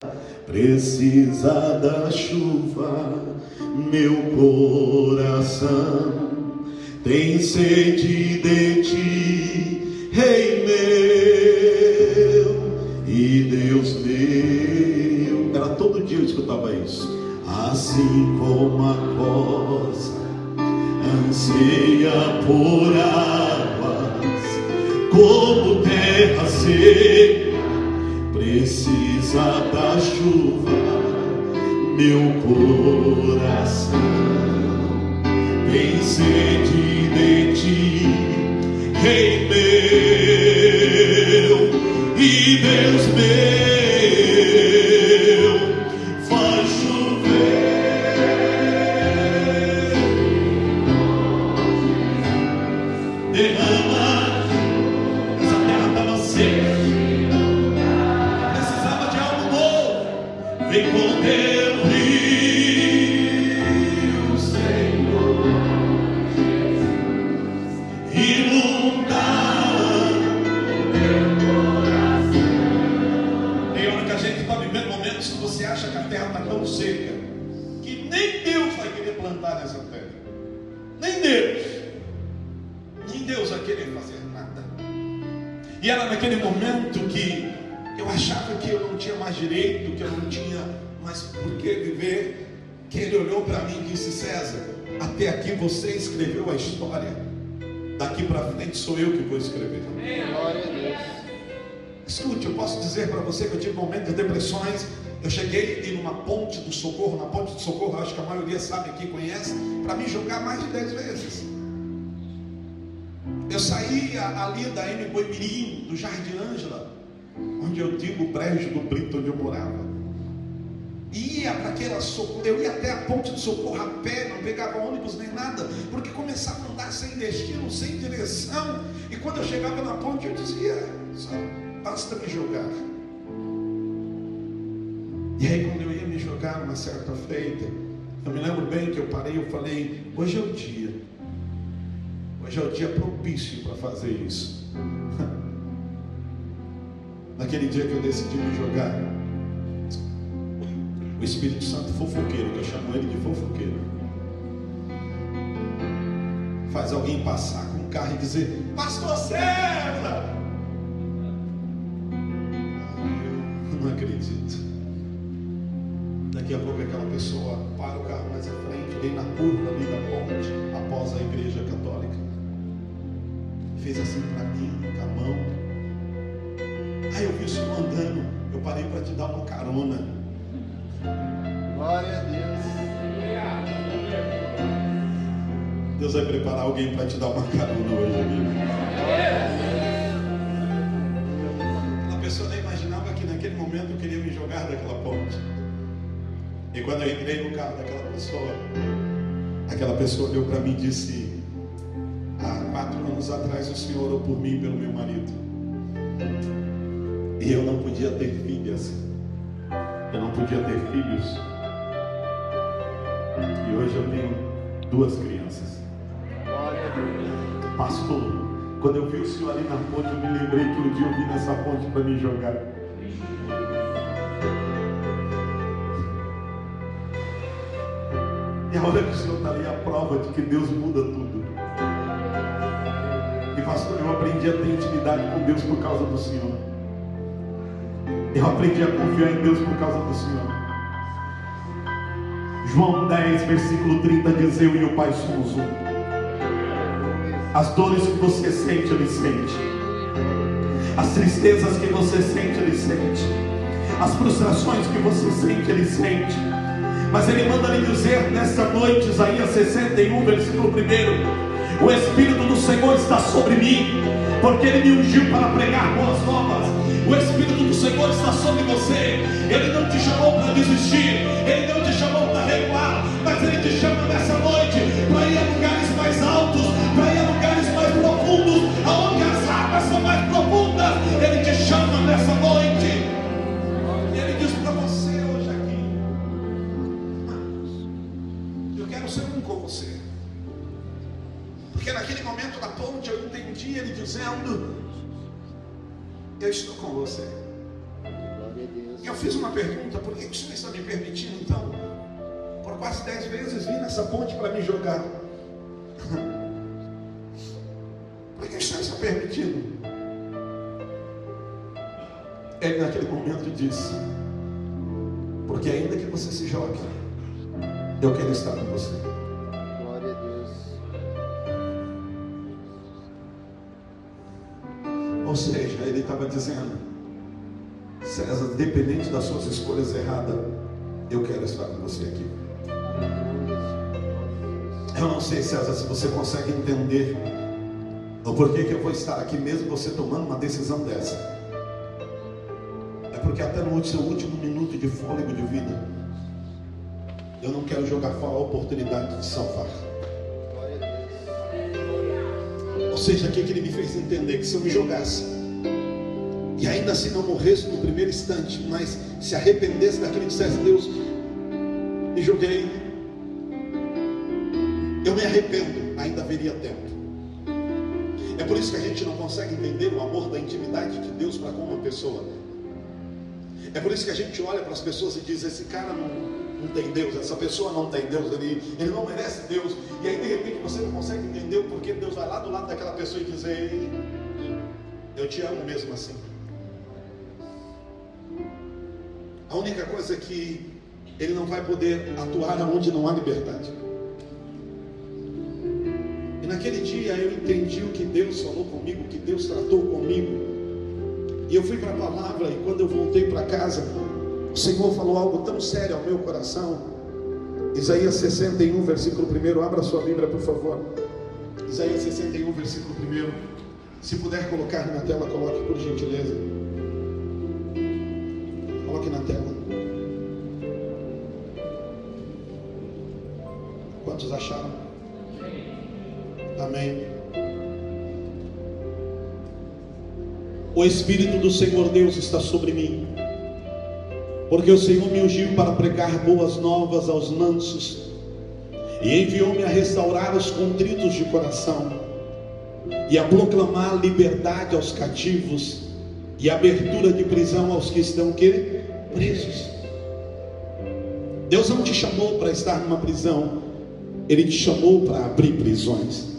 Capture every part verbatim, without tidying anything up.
Precisa da chuva, meu coração tem sede de ti, Rei meu e Deus meu. Era todo dia eu escutava isso. Assim como a costa anseia por águas, como terra seca precisa da chuva, meu coração tem sede de ti, Rei meu e Deus meu, faz chover. Derrama, essa terra estava seca, precisava de algo novo. Vem com teu rio, Senhor Jesus, inundar meu coração. Tem hora que a gente está vivendo momentos que você acha que a terra está tão seca que nem Deus vai querer plantar nessa terra, nem Deus. Deus vai querer fazer nada. E era naquele momento que eu achava que eu não tinha mais direito, que eu não tinha mais por que viver, que ele olhou para mim e disse: César, até aqui você escreveu a história, daqui para frente sou eu que vou escrever. Glória a Deus. Escute, eu posso dizer para você que eu tive momentos de depressões. Eu cheguei em uma ponte do Socorro, na ponte do Socorro, acho que a maioria sabe aqui, conhece, para me jogar mais de dez vezes. Eu saía ali da M. Boimirim, do Jardim Ângela, onde eu digo o brejo do Brito, onde eu morava. Ia para aquela Socorro, eu ia até a ponte do Socorro a pé, não pegava ônibus nem nada, porque começava a andar sem destino, sem direção. E quando eu chegava na ponte, eu dizia: só basta me jogar. E aí, quando eu ia me jogar numa certa feita, eu me lembro bem que eu parei, eu falei: hoje é o dia. Hoje é o dia propício para fazer isso. Naquele dia que eu decidi me jogar, o Espírito Santo fofoqueiro, que eu chamo ele de fofoqueiro, faz alguém passar com um carro e dizer: Pastor César! Eu não acredito. Daqui a pouco aquela pessoa para o carro mais à frente, bem na curva ali da ponte, após a igreja católica. Fez assim para mim, com a mão. Aí eu vi o senhor andando, eu parei para te dar uma carona. Glória a Deus. Deus vai preparar alguém para te dar uma carona hoje aqui. A pessoa nem imaginava que naquele momento eu queria me jogar daquela ponte. E quando eu entrei no carro daquela pessoa, aquela pessoa olhou para mim e disse: há quatro anos atrás o Senhor orou por mim e pelo meu marido, e eu não podia ter filhas, eu não podia ter filhos, e hoje eu tenho duas crianças. Pastor, quando eu vi o Senhor ali na ponte, eu me lembrei que um dia eu vim nessa ponte para me jogar. E a hora que o Senhor está ali, é a prova de que Deus muda tudo. E pastor, eu aprendi a ter intimidade com Deus por causa do Senhor. Eu aprendi a confiar em Deus por causa do Senhor. João dez, versículo trinta diz: eu e o Pai somos um. As dores que você sente, Ele sente. As tristezas que você sente, Ele sente. As frustrações que você sente, Ele sente. Mas Ele manda lhe dizer nesta noite, Isaías sessenta e um, versículo um: o Espírito do Senhor está sobre mim, porque Ele me ungiu para pregar boas novas. O Espírito do Senhor está sobre você. Ele não te chamou para desistir, Ele não te chamou para recuar, mas Ele te chama nessa noite para ir a lugares mais altos, para ir a lugares mais profundos, aonde as águas são mais profundas. Ele te chama nessa noite. E Ele diz para você hoje aqui: eu quero ser um com você. Porque naquele momento da ponte eu entendi Ele dizendo: eu estou com você. Eu fiz uma pergunta: por que o Senhor está me permitindo então, por quase dez vezes, vir nessa ponte para me jogar? Por que o Senhor está permitindo? Ele naquele momento disse: porque ainda que você se jogue, eu quero estar com você. Glória a Deus. Ou seja, ele estava dizendo: César, dependente das suas escolhas erradas, eu quero estar com você aqui. Eu não sei, César, se você consegue entender o porquê que eu vou estar aqui mesmo você tomando uma decisão dessa. É porque até no seu último minuto de fôlego de vida, eu não quero jogar fora a oportunidade de salvar. Ou seja, o que ele me fez entender? Que se eu me jogasse e ainda assim não morresse no primeiro instante, mas se arrependesse daquilo e dissesse: Deus, me joguei, eu me arrependo, ainda haveria tempo. É por isso que a gente não consegue entender o amor da intimidade de Deus para com uma pessoa. É por isso que a gente olha para as pessoas e diz: esse cara não, não tem Deus, essa pessoa não tem Deus, ele, ele não merece Deus. E aí de repente você não consegue entender o porquê Deus vai lá do lado daquela pessoa e dizer: eu te amo mesmo assim. A única coisa é que ele não vai poder atuar onde não há liberdade. E naquele dia eu entendi o que Deus falou comigo, o que Deus tratou comigo. E eu fui para a palavra, e quando eu voltei para casa, o Senhor falou algo tão sério ao meu coração. Isaías sessenta e um, versículo um. Abra sua Bíblia, por favor. Isaías sessenta e um, versículo um. Se puder colocar na tela, coloque, por gentileza. Coloque na tela. Quantos acharam? Amém. O Espírito do Senhor Deus está sobre mim, porque o Senhor me ungiu para pregar boas novas aos mansos, e enviou-me a restaurar os contritos de coração, e a proclamar liberdade aos cativos, e abertura de prisão aos que estão que? Presos. Deus não te chamou para estar numa prisão, Ele te chamou para abrir prisões.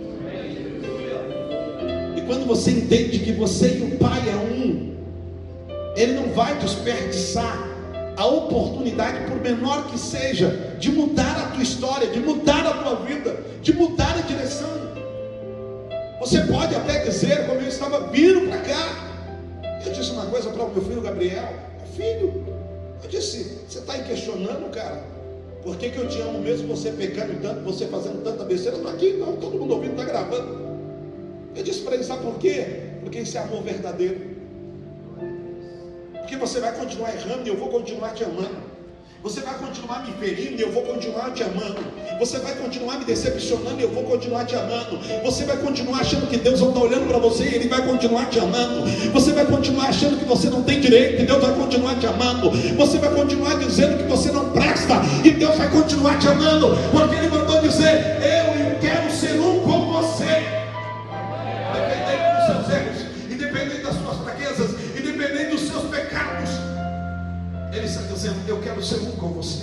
Quando você entende que você e o Pai é um, Ele não vai desperdiçar a oportunidade, por menor que seja, de mudar a tua história, de mudar a tua vida, de mudar a direção. Você pode até dizer, como eu estava vindo para cá, eu disse uma coisa para o meu filho Gabriel: filho, eu disse, você está aí questionando, cara, por que que eu te amo mesmo você pecando tanto, você fazendo tanta besteira? Não, aqui não, todo mundo ouvindo, está gravando. Eu disse para ele: sabe por quê? Porque isso é amor verdadeiro. Porque você vai continuar errando e eu vou continuar te amando. Você vai continuar me ferindo e eu vou continuar te amando. Você vai continuar me decepcionando e eu vou continuar te amando. Você vai continuar achando que Deus não está olhando para você e Ele vai continuar te amando. Você vai continuar achando que você não tem direito e Deus vai continuar te amando. Você vai continuar dizendo que você não presta e Deus vai continuar te amando. Porque Ele mandou dizer: eu quero ser um com você. Independente dos seus erros, independente das suas fraquezas, independente dos seus pecados, Ele está dizendo: eu quero ser um com você.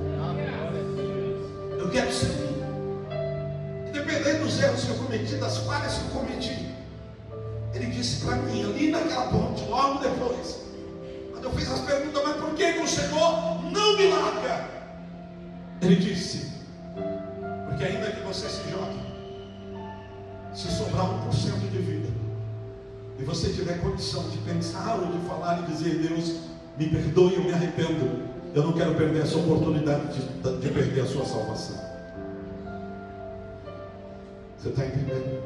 Eu quero ser um. Independente dos erros que eu cometi, das falhas que eu cometi, Ele disse para mim, ali naquela ponte, logo depois, quando eu fiz as perguntas: mas por que que o Senhor não me larga? Ele disse: porque ainda que você se jogue, se sobrar um por cento de vida, e você tiver condição de pensar ou de falar e dizer: Deus, me perdoe, eu me arrependo, eu não quero perder essa oportunidade de, de perder a sua salvação. Você está entendendo?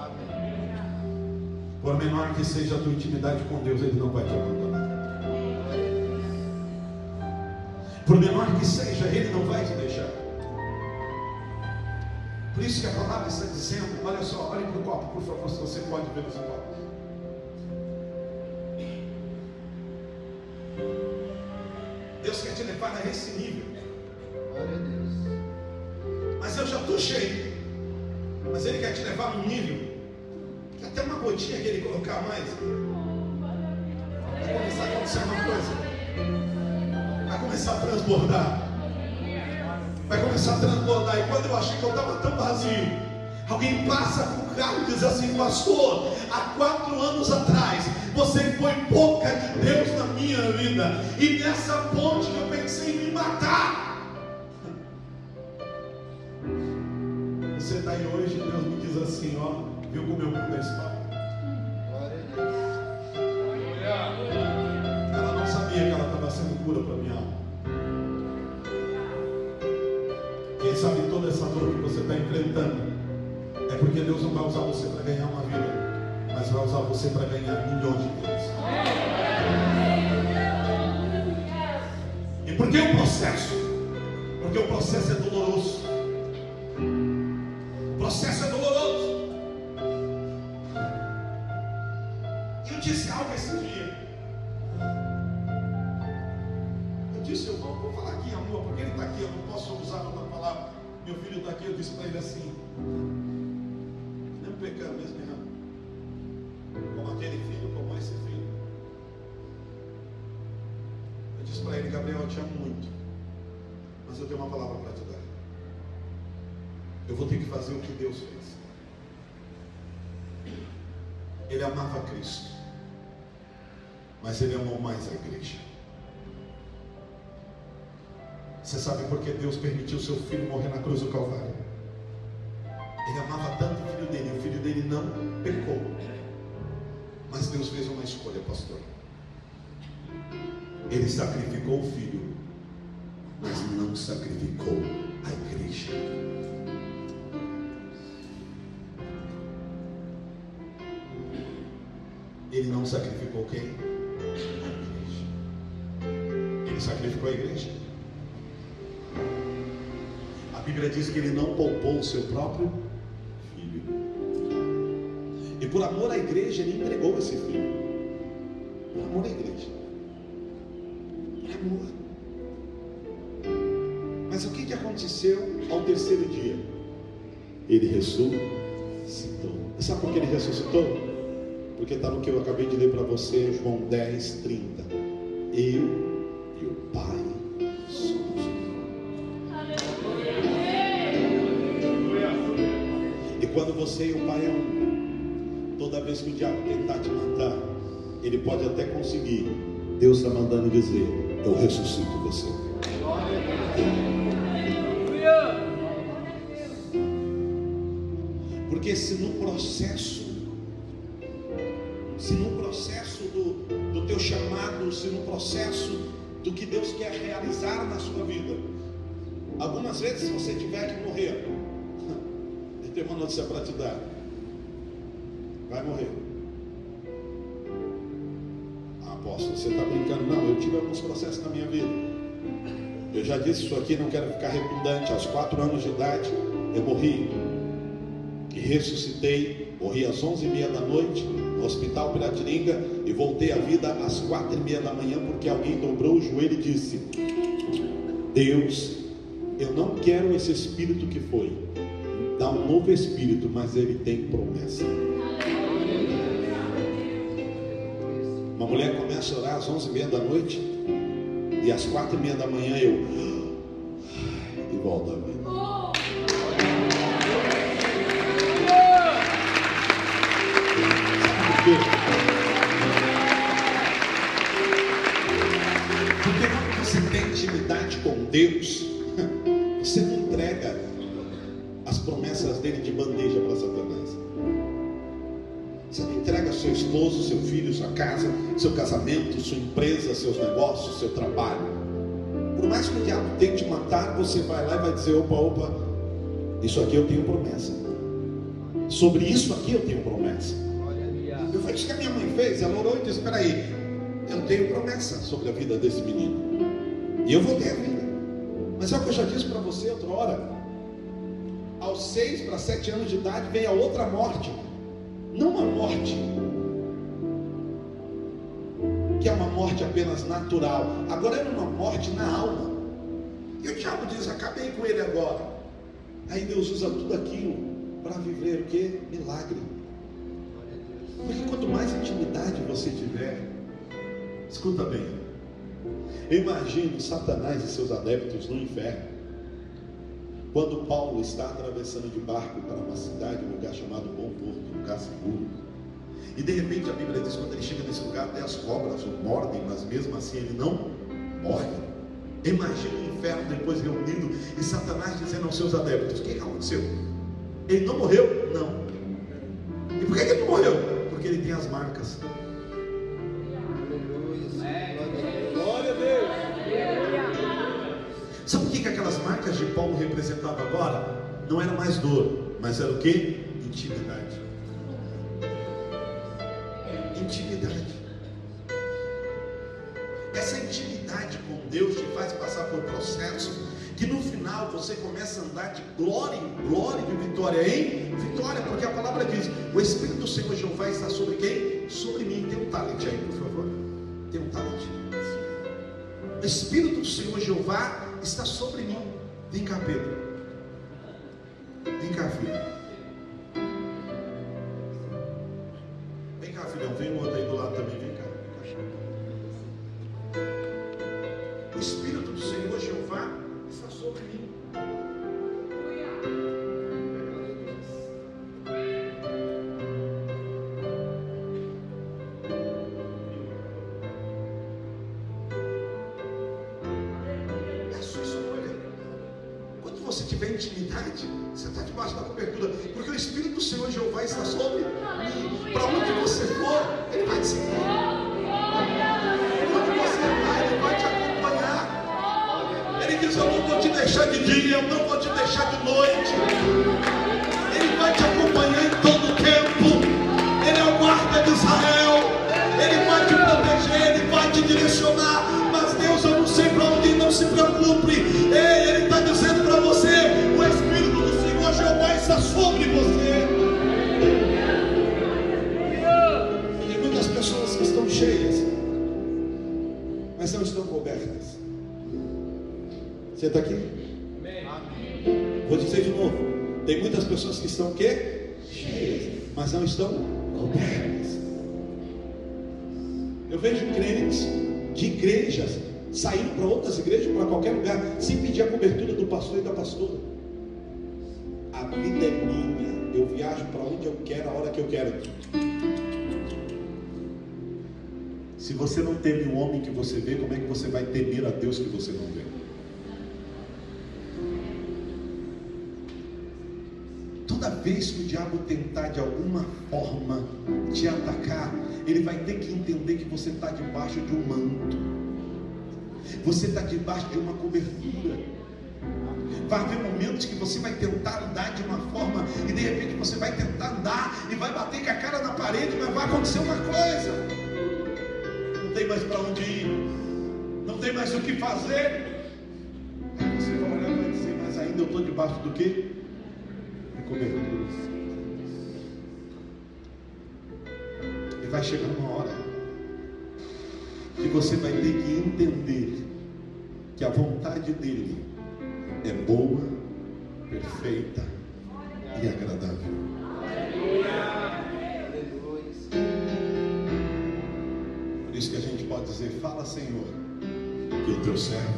Por menor que seja a tua intimidade com Deus, Ele não vai te abandonar. Por menor que seja, Ele não vai te deixar. Por isso que a palavra está dizendo, olha só, olhe para o copo, por favor, se você pode ver esse copo. Deus quer te levar a esse nível. Glória a Deus. Mas eu já estou cheio. Mas Ele quer te levar num nível que até uma gotinha que Ele colocar mais, vai começar a acontecer uma coisa. Vai começar a transbordar. Vai começar a transbordar. E quando eu achei que eu estava tão vazio, alguém passa com o carro e diz assim: pastor, há quatro anos atrás você foi boca de Deus na minha vida, e nessa ponte eu pensei em me matar. Você está aí hoje, Deus me diz assim: ó, viu como eu mudo a história? Ela não sabia que ela estava sendo cura para minha alma. Quem sabe toda essa dor que você está enfrentando é porque Deus não vai usar você para ganhar uma vida, mas vai usar você para ganhar milhões de vidas. E por que o processo? Porque o processo é doloroso. O processo é doloroso. Eu disse algo esse dia. Eu disse, eu vou, vou falar aqui, amor, porque ele está aqui, eu não posso usar outra palavra. Meu filho está aqui, eu disse para ele assim: não pecando mesmo errado, como aquele filho, como esse filho. Eu disse para ele: Gabriel, eu te amo muito, mas eu tenho uma palavra para te dar. Eu vou ter que fazer o que Deus fez. Ele amava Cristo, mas ele amou mais a igreja. Você sabe por que Deus permitiu seu filho morrer na cruz do Calvário? Ele amava tanto o filho dele, o filho dele não pecou. Mas Deus fez uma escolha, pastor. Ele sacrificou o filho, mas não sacrificou a igreja. Ele não sacrificou quem? A igreja. Ele sacrificou a igreja. A Bíblia diz que ele não poupou o seu próprio filho. E por amor à igreja, ele entregou esse filho. Por amor à igreja. Por amor. Mas o que, que aconteceu ao terceiro dia? Ele ressuscitou. E sabe por que ele ressuscitou? Porque está no que eu acabei de ler para você, João dez, trinta. Eu e o Pai somos um. E quando você e o Pai é um, toda vez que o diabo tentar te matar, ele pode até conseguir. Deus está mandando dizer: eu ressuscito você. Porque se no processo Se no processo do, do teu chamado, se no processo do que Deus quer realizar na sua vida, algumas vezes você tiver que morrer, eu tenho uma notícia para te dar: vai morrer. Ah, apóstolo, você está brincando? Não, eu tive alguns processos na minha vida. Eu já disse isso aqui, não quero ficar redundante. Aos quatro anos de idade eu morri e ressuscitei. Morri às onze e meia da noite no Hospital Piratininga e voltei à vida às quatro e meia da manhã, porque alguém dobrou o joelho e disse: Deus, eu não quero esse espírito que foi, dá um novo espírito, mas ele tem promessa. Uma mulher começa a orar às onze e meia da noite e às quatro e meia da manhã eu e volto à vida. Porque quando você tem intimidade com Deus, você não entrega as promessas dele de bandeja para Satanás. Você não entrega seu esposo, seu filho, sua casa, seu casamento, sua empresa, seus negócios, seu trabalho. Por mais que o diabo tente matar, você vai lá e vai dizer: opa, opa, isso aqui eu tenho promessa. Sobre isso aqui eu tenho promessa. Eu falei: isso que a minha mãe fez. Ela orou e disse: espera aí, eu tenho promessa sobre a vida desse menino, e eu vou ter a vida. Mas é o que eu já disse para você outra hora: aos seis para sete anos de idade vem a outra morte. Não uma morte que é uma morte apenas natural, agora é uma morte na alma. E o diabo diz: acabei com ele agora. Aí Deus usa tudo aquilo para viver o que? Milagre. Porque quanto mais intimidade você tiver, escuta bem, Eu imagino Satanás e seus adeptos no inferno, quando Paulo está atravessando de barco para uma cidade, um lugar chamado Bom Porto, um lugar seguro. E de repente a Bíblia diz que quando ele chega nesse lugar, até as cobras o mordem, mas mesmo assim ele não morre. Imagina o inferno depois reunido e Satanás dizendo aos seus adeptos: o que aconteceu? Ele não morreu? Não. E por que ele não morreu? Porque ele tem as marcas. Glória a Deus. Sabe o que aquelas marcas de Paulo representavam agora? Não era mais dor, mas era o que? Intimidade. Intimidade. Essa intimidade com Deus te faz passar por processos que no final você começa a andar de glória em glória, de vitória em vitória, porque a palavra diz: o Espírito do Senhor Jeová está sobre quem? Sobre mim. Tem um talent aí, por favor. Tem um talent. O Espírito do Senhor Jeová está sobre mim. Vem cá, Pedro. Vem cá, filho. Vem cá, filhão. Vem o outro aí do lado também. Vem cá. O Espírito do Senhor Jeová está sobre mim. Se tiver intimidade, você está debaixo da cobertura, porque o Espírito do Senhor Jeová está sobre mim. Para onde você for, Ele vai te seguir. Onde você vai, Ele vai te acompanhar. Ele diz: eu não vou te deixar de dia, eu não vou te deixar de noite. Ele vai te acompanhar em todo o tempo. Ele é o guarda de Israel. Ele vai te proteger, Ele vai te direcionar. Mas Deus, eu não sei para onde ir, não se preocupe. Ei, Ele está dizendo para você: o Espírito do Senhor Jeová está sobre você. Tem muitas pessoas que estão cheias, mas não estão cobertas. Você está aqui? Amém. Vou dizer de novo: tem muitas pessoas que estão o quê? Cheias, mas não estão cobertas. Eu vejo crentes de igrejas saindo para outras igrejas, para qualquer lugar, sem pedir a cobertura do pastor e da pastora. A vida é minha, eu viajo para onde eu quero, a hora que eu quero. Se você não teme o homem que você vê, como é que você vai temer a Deus que você não vê? Toda vez que o diabo tentar de alguma forma te atacar, ele vai ter que entender que você está debaixo de um manto. Você está debaixo de uma cobertura. Vai haver momentos que você vai tentar andar de uma forma e de repente você vai tentar andar e vai bater com a cara na parede, mas vai acontecer uma coisa: não tem mais para onde ir, não tem mais o que fazer. Aí você vai olhar e vai dizer: mas ainda eu estou debaixo do quê? De cobertura. E vai chegar uma hora que você vai ter que entender que a vontade dele é boa, perfeita e agradável. Por isso que a gente pode dizer: fala, Senhor, que o teu servo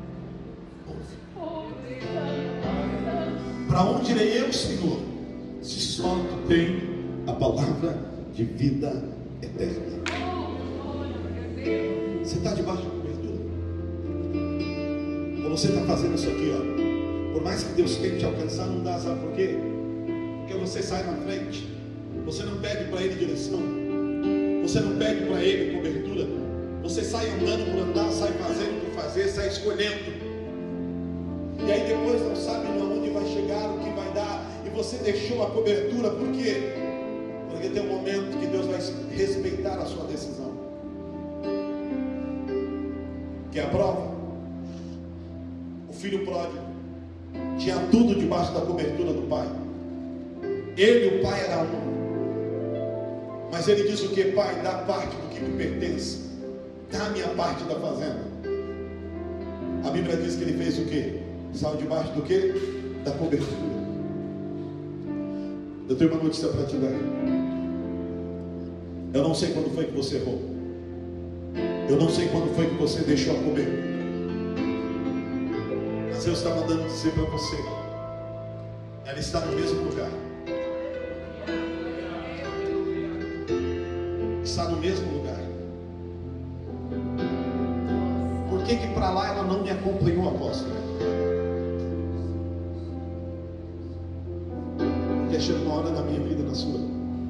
ouve. Para onde irei eu, Senhor, se só tu tem a palavra de vida eterna? Você está debaixo da cobertura? Ou você está fazendo isso aqui, ó? Por mais que Deus queira te alcançar, não dá, sabe por quê? Porque você sai na frente, você não pede para Ele direção, você não pede para Ele cobertura, você sai andando por andar, sai fazendo por fazer, sai escolhendo, e aí depois não sabe onde vai chegar, o que vai dar, e você deixou a cobertura. Por quê? Porque tem um momento que Deus vai respeitar a sua decisão. Que é a prova. O filho pródigo tinha tudo debaixo da cobertura do pai. Ele e o pai eram um. Mas ele diz o que? Pai, dá parte do que me pertence, dá a minha parte da fazenda. A Bíblia diz que ele fez o que? Saiu debaixo do que? Da cobertura. Eu tenho uma notícia para te dar. Eu não sei quando foi que você errou. Eu não sei quando foi que você deixou a cobertura, mas Deus está mandando dizer para você: ela está no mesmo lugar. Está no mesmo lugar. Por que que para lá ela não me acompanhou, apóstolo? Porque chega uma hora na minha vida, na sua,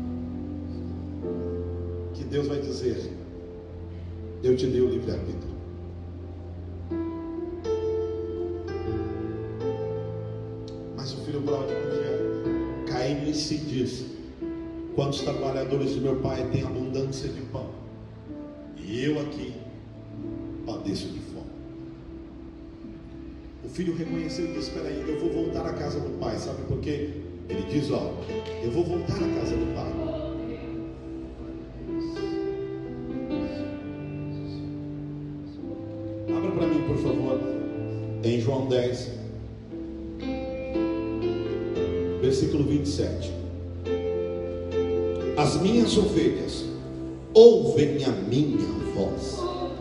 que Deus vai dizer: eu te dei o livre-arbítrio. Mas o filho pródigo um dia caiu e se disse: quantos trabalhadores de meu pai têm abundância de pão, e eu aqui padeço de fome. O filho reconheceu e disse: espera aí, eu vou voltar à casa do pai. Sabe por quê? Ele diz: ó, eu vou voltar à casa do pai. Abra para mim, por favor, em João dez, versículo vinte e sete. As minhas ovelhas ouvem a minha voz.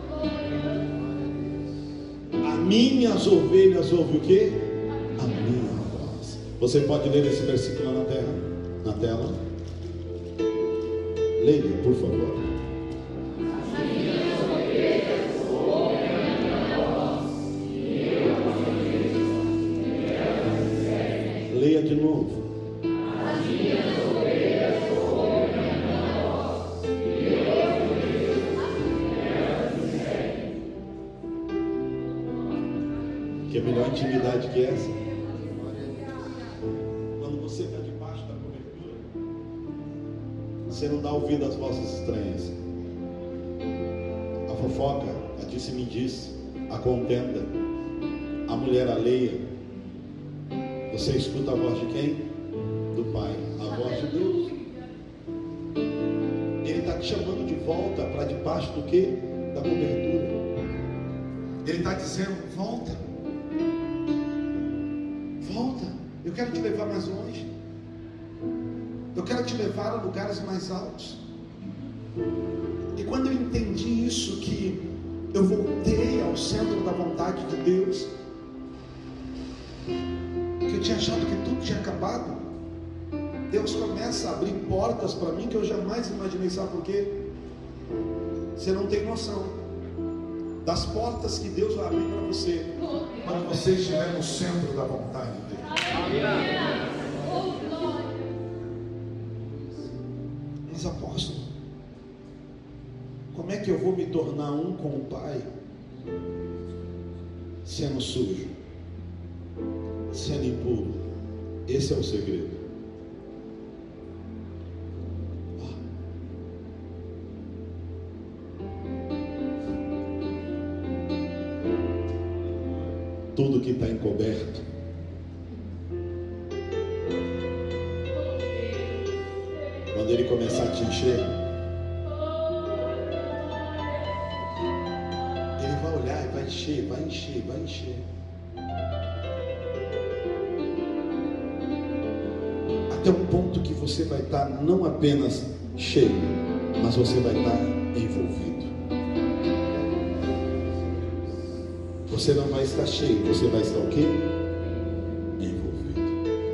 As minhas ovelhas ouvem o quê? A minha voz. Você pode ler esse versículo na terra, na tela? Leia, por favor. As minhas ovelhas ouvem a minha voz, e eu conheço, e elas me seguem. Leia de novo. As minhas ovelhas ouvem a minha voz, e eu conheço, e elas me seguem. Que é melhor intimidade que essa? Quando você está debaixo da cobertura, você não dá ouvido às vozes estranhas. A fofoca, a disse-me-disse, a contenda, a mulher alheia. Você escuta a voz de quem? Do Pai, a voz de Deus. Ele está te chamando de volta para debaixo do que? Da cobertura. Ele está dizendo: volta, volta, eu quero te levar mais longe, eu quero te levar a lugares mais altos. E quando eu entendi isso, que eu voltei ao centro da vontade de Deus, que eu tinha achado que tudo tinha acabado, Deus começa a abrir portas para mim que eu jamais imaginei. Sabe por quê? Você não tem noção das portas que Deus vai abrir para você quando você estiver no centro da vontade dele. Mas, apóstolo, como é que eu vou me tornar um com o Pai sendo sujo, sendo impuro? Esse é o segredo. Tudo que está encoberto, quando ele começar a te encher, ele vai olhar e vai encher, vai encher, vai encher, até um ponto que você vai estar não apenas cheio, mas você vai estar envolvido. Você não vai estar cheio, você vai estar o quê? Envolvido.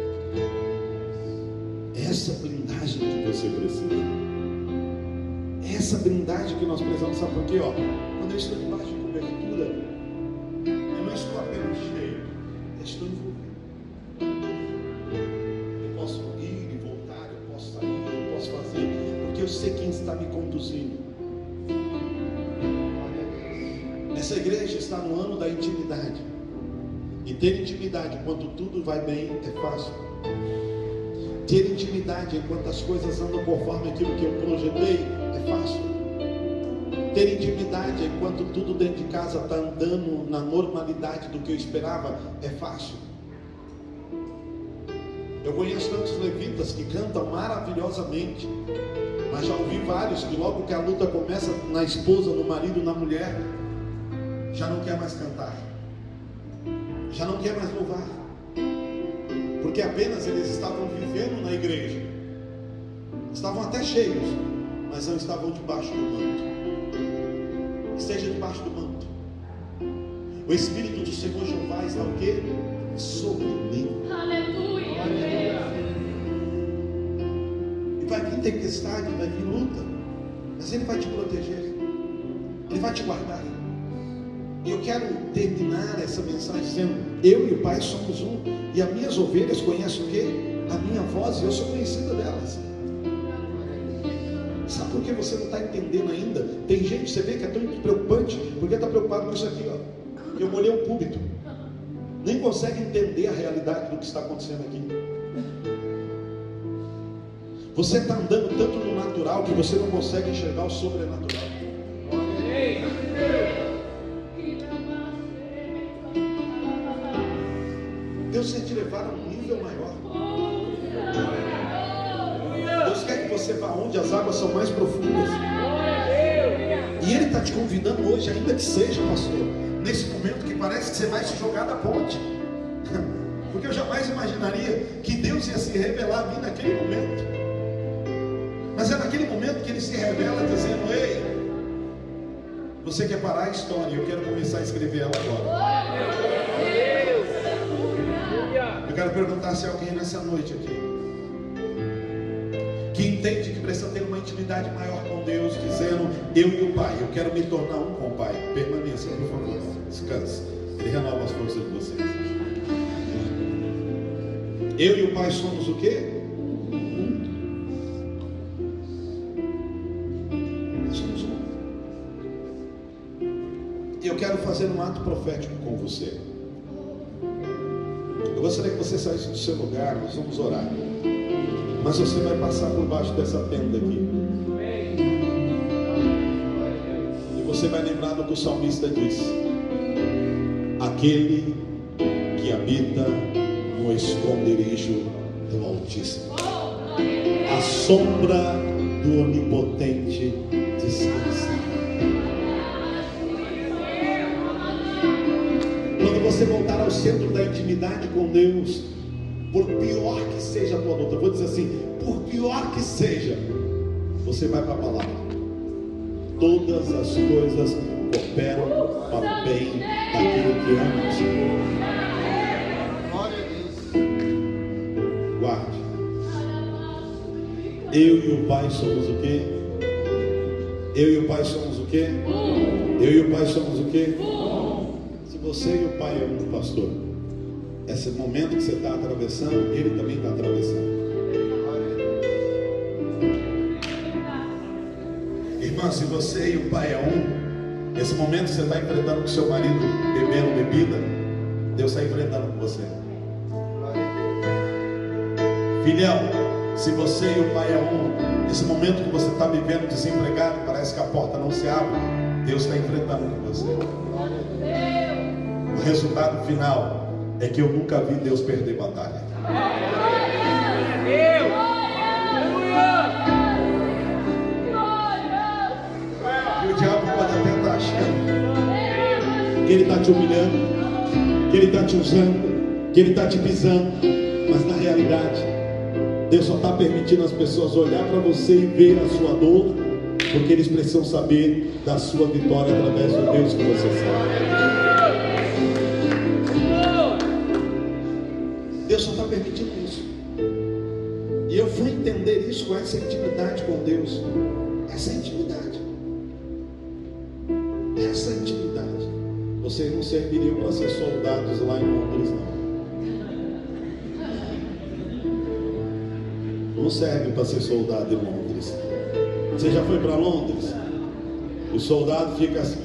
Essa blindagem que você precisa. Essa blindagem que nós precisamos. Sabe por quê? Ó, quando eu estou debaixo de cobertura, eu não estou apenas cheio, eu estou envolvido. Eu posso ir e voltar, eu posso sair, eu posso fazer, porque eu sei quem está me conduzindo. Essa igreja está no ano da intimidade. E ter intimidade enquanto tudo vai bem é fácil. Ter intimidade enquanto as coisas andam conforme aquilo que eu projetei é fácil. Ter intimidade enquanto tudo dentro de casa está andando na normalidade do que eu esperava é fácil. Eu conheço tantos levitas que cantam maravilhosamente, mas já ouvi vários que logo que a luta começa na esposa, no marido, na mulher, já não quer mais cantar, já não quer mais louvar, porque apenas eles estavam vivendo na igreja, estavam até cheios, mas não estavam debaixo do manto. esteja debaixo do manto. O Espírito do Senhor Jeová está o quê? Sobre mim. Aleluia. E vai vir tempestade, vai vir luta, mas Ele vai te proteger, Ele vai te guardar. E eu quero terminar essa mensagem dizendo: eu e o Pai somos um, e as minhas ovelhas conhecem o quê? A minha voz, e eu sou conhecida delas. Sabe por que você não está entendendo ainda? Tem gente, você vê que é tão preocupante, porque está preocupado com isso aqui, ó. Eu molhei o púlpito, nem consegue entender a realidade do que está acontecendo aqui. Você está andando tanto no natural que você não consegue enxergar o sobrenatural. Deus quer te levar a um nível maior. Deus quer que você vá onde as águas são mais profundas. E Ele está te convidando hoje, ainda que seja, pastor, nesse momento que parece que você vai se jogar da ponte. Porque eu jamais imaginaria que Deus ia se revelar a mim naquele momento. Mas é naquele momento que Ele se revela dizendo: ei, você quer parar a história, eu quero começar a escrever ela agora. Eu quero perguntar se alguém nessa noite aqui que entende que precisa ter uma intimidade maior com Deus, dizendo: eu e o Pai, eu quero me tornar um com o Pai. Permaneça, por favor, descanse. Ele renova as forças de vocês. Eu e o Pai somos o quê? Somos um. E eu quero fazer um ato profético com você. Eu gostaria que você saísse do seu lugar, nós vamos orar. Mas você vai passar por baixo dessa tenda aqui. E você vai lembrar do que o salmista disse: aquele que habita no esconderijo do Altíssimo, a sombra do Onipotente descansa. Quando você voltar ao centro da intimidade com Deus, por pior que seja a tua luta, eu vou dizer assim, por pior que seja, você vai para a palavra. Todas as coisas cooperam para o bem daquele que ama o Senhor. Guarde. Eu e o Pai somos o quê? Eu e o Pai somos o quê? Eu e o Pai somos o quê? Se você e o Pai é um, pastor, esse momento que você está atravessando, Ele também está atravessando. Irmã, se você e o Pai é um, esse momento que você está enfrentando com seu marido bebendo bebida, Deus está enfrentando com você. Filhão, se você e o Pai é um, esse momento que você está vivendo desempregado, parece que a porta não se abre, Deus está enfrentando com você. O resultado final é que eu nunca vi Deus perder batalha. E o diabo pode até estar achando que ele está te humilhando, que ele está te usando, que ele está te pisando, mas na realidade Deus só está permitindo as pessoas olhar para você e ver a sua dor, porque eles precisam saber da sua vitória através do Deus que você serve. Deus só está permitindo isso. E eu fui entender isso com essa intimidade com Deus. Essa intimidade. Essa intimidade. Vocês não serviriam para ser soldados lá em Londres, não. Não serve para ser soldado em Londres. Você já foi para Londres? O soldado fica assim.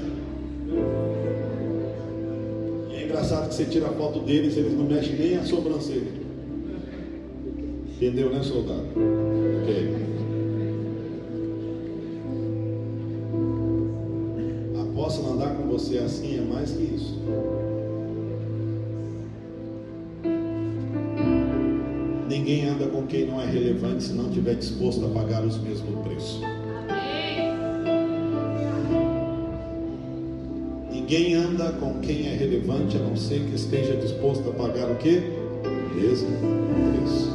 Engraçado que você tira a foto deles, eles não mexem nem a sobrancelha. Entendeu, né, soldado? Ok. Apóstolo, andar com você assim é mais que isso. Ninguém anda com quem não é relevante se não estiver disposto a pagar os mesmos preços. Ninguém anda com quem é relevante a não ser que esteja disposto a pagar o quê? O mesmo preço.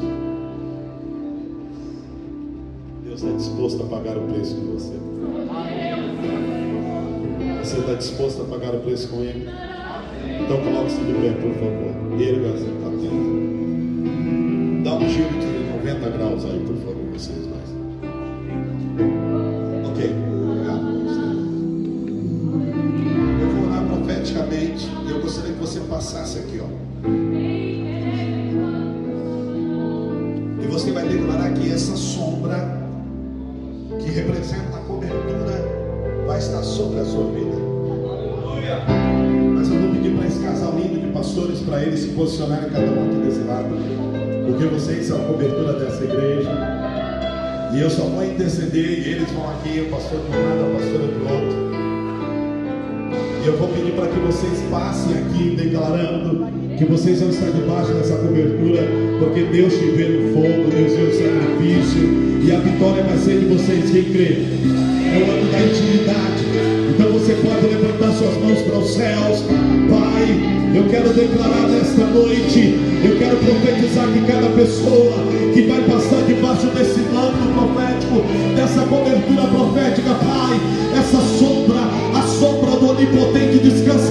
Deus está disposto a pagar o preço de você. Você está disposto a pagar o preço com Ele? Então coloque-se de pé, por favor. Erga, atenta. Dá um giro de noventa graus aí, por favor, vocês mais. Ok, obrigado. Eu vou orar profeticamente. E eu gostaria que você passasse aqui, ó. E você vai declarar que essa sombra que representa a cobertura vai estar sobre a sua vida. Mas eu vou pedir para esse casal lindo de pastores, para eles se posicionarem cada um aqui desse lado, porque vocês são a cobertura dessa igreja, e eu só vou interceder, e eles vão aqui, o pastor de um lado, a pastora do outro. E eu vou pedir para que vocês passem aqui declarando que vocês vão estar debaixo dessa cobertura, porque Deus te vê no fogo, Deus vê o sacrifício, e a vitória vai ser de vocês. Quem crê? É o ano da intimidade. Então você pode levantar suas mãos para os céus. Pai, eu quero declarar nesta noite, eu quero profetizar que cada pessoa que vai passar debaixo desse manto profético, dessa cobertura profética, Pai, essa sombra, a sombra do Onipotente descansa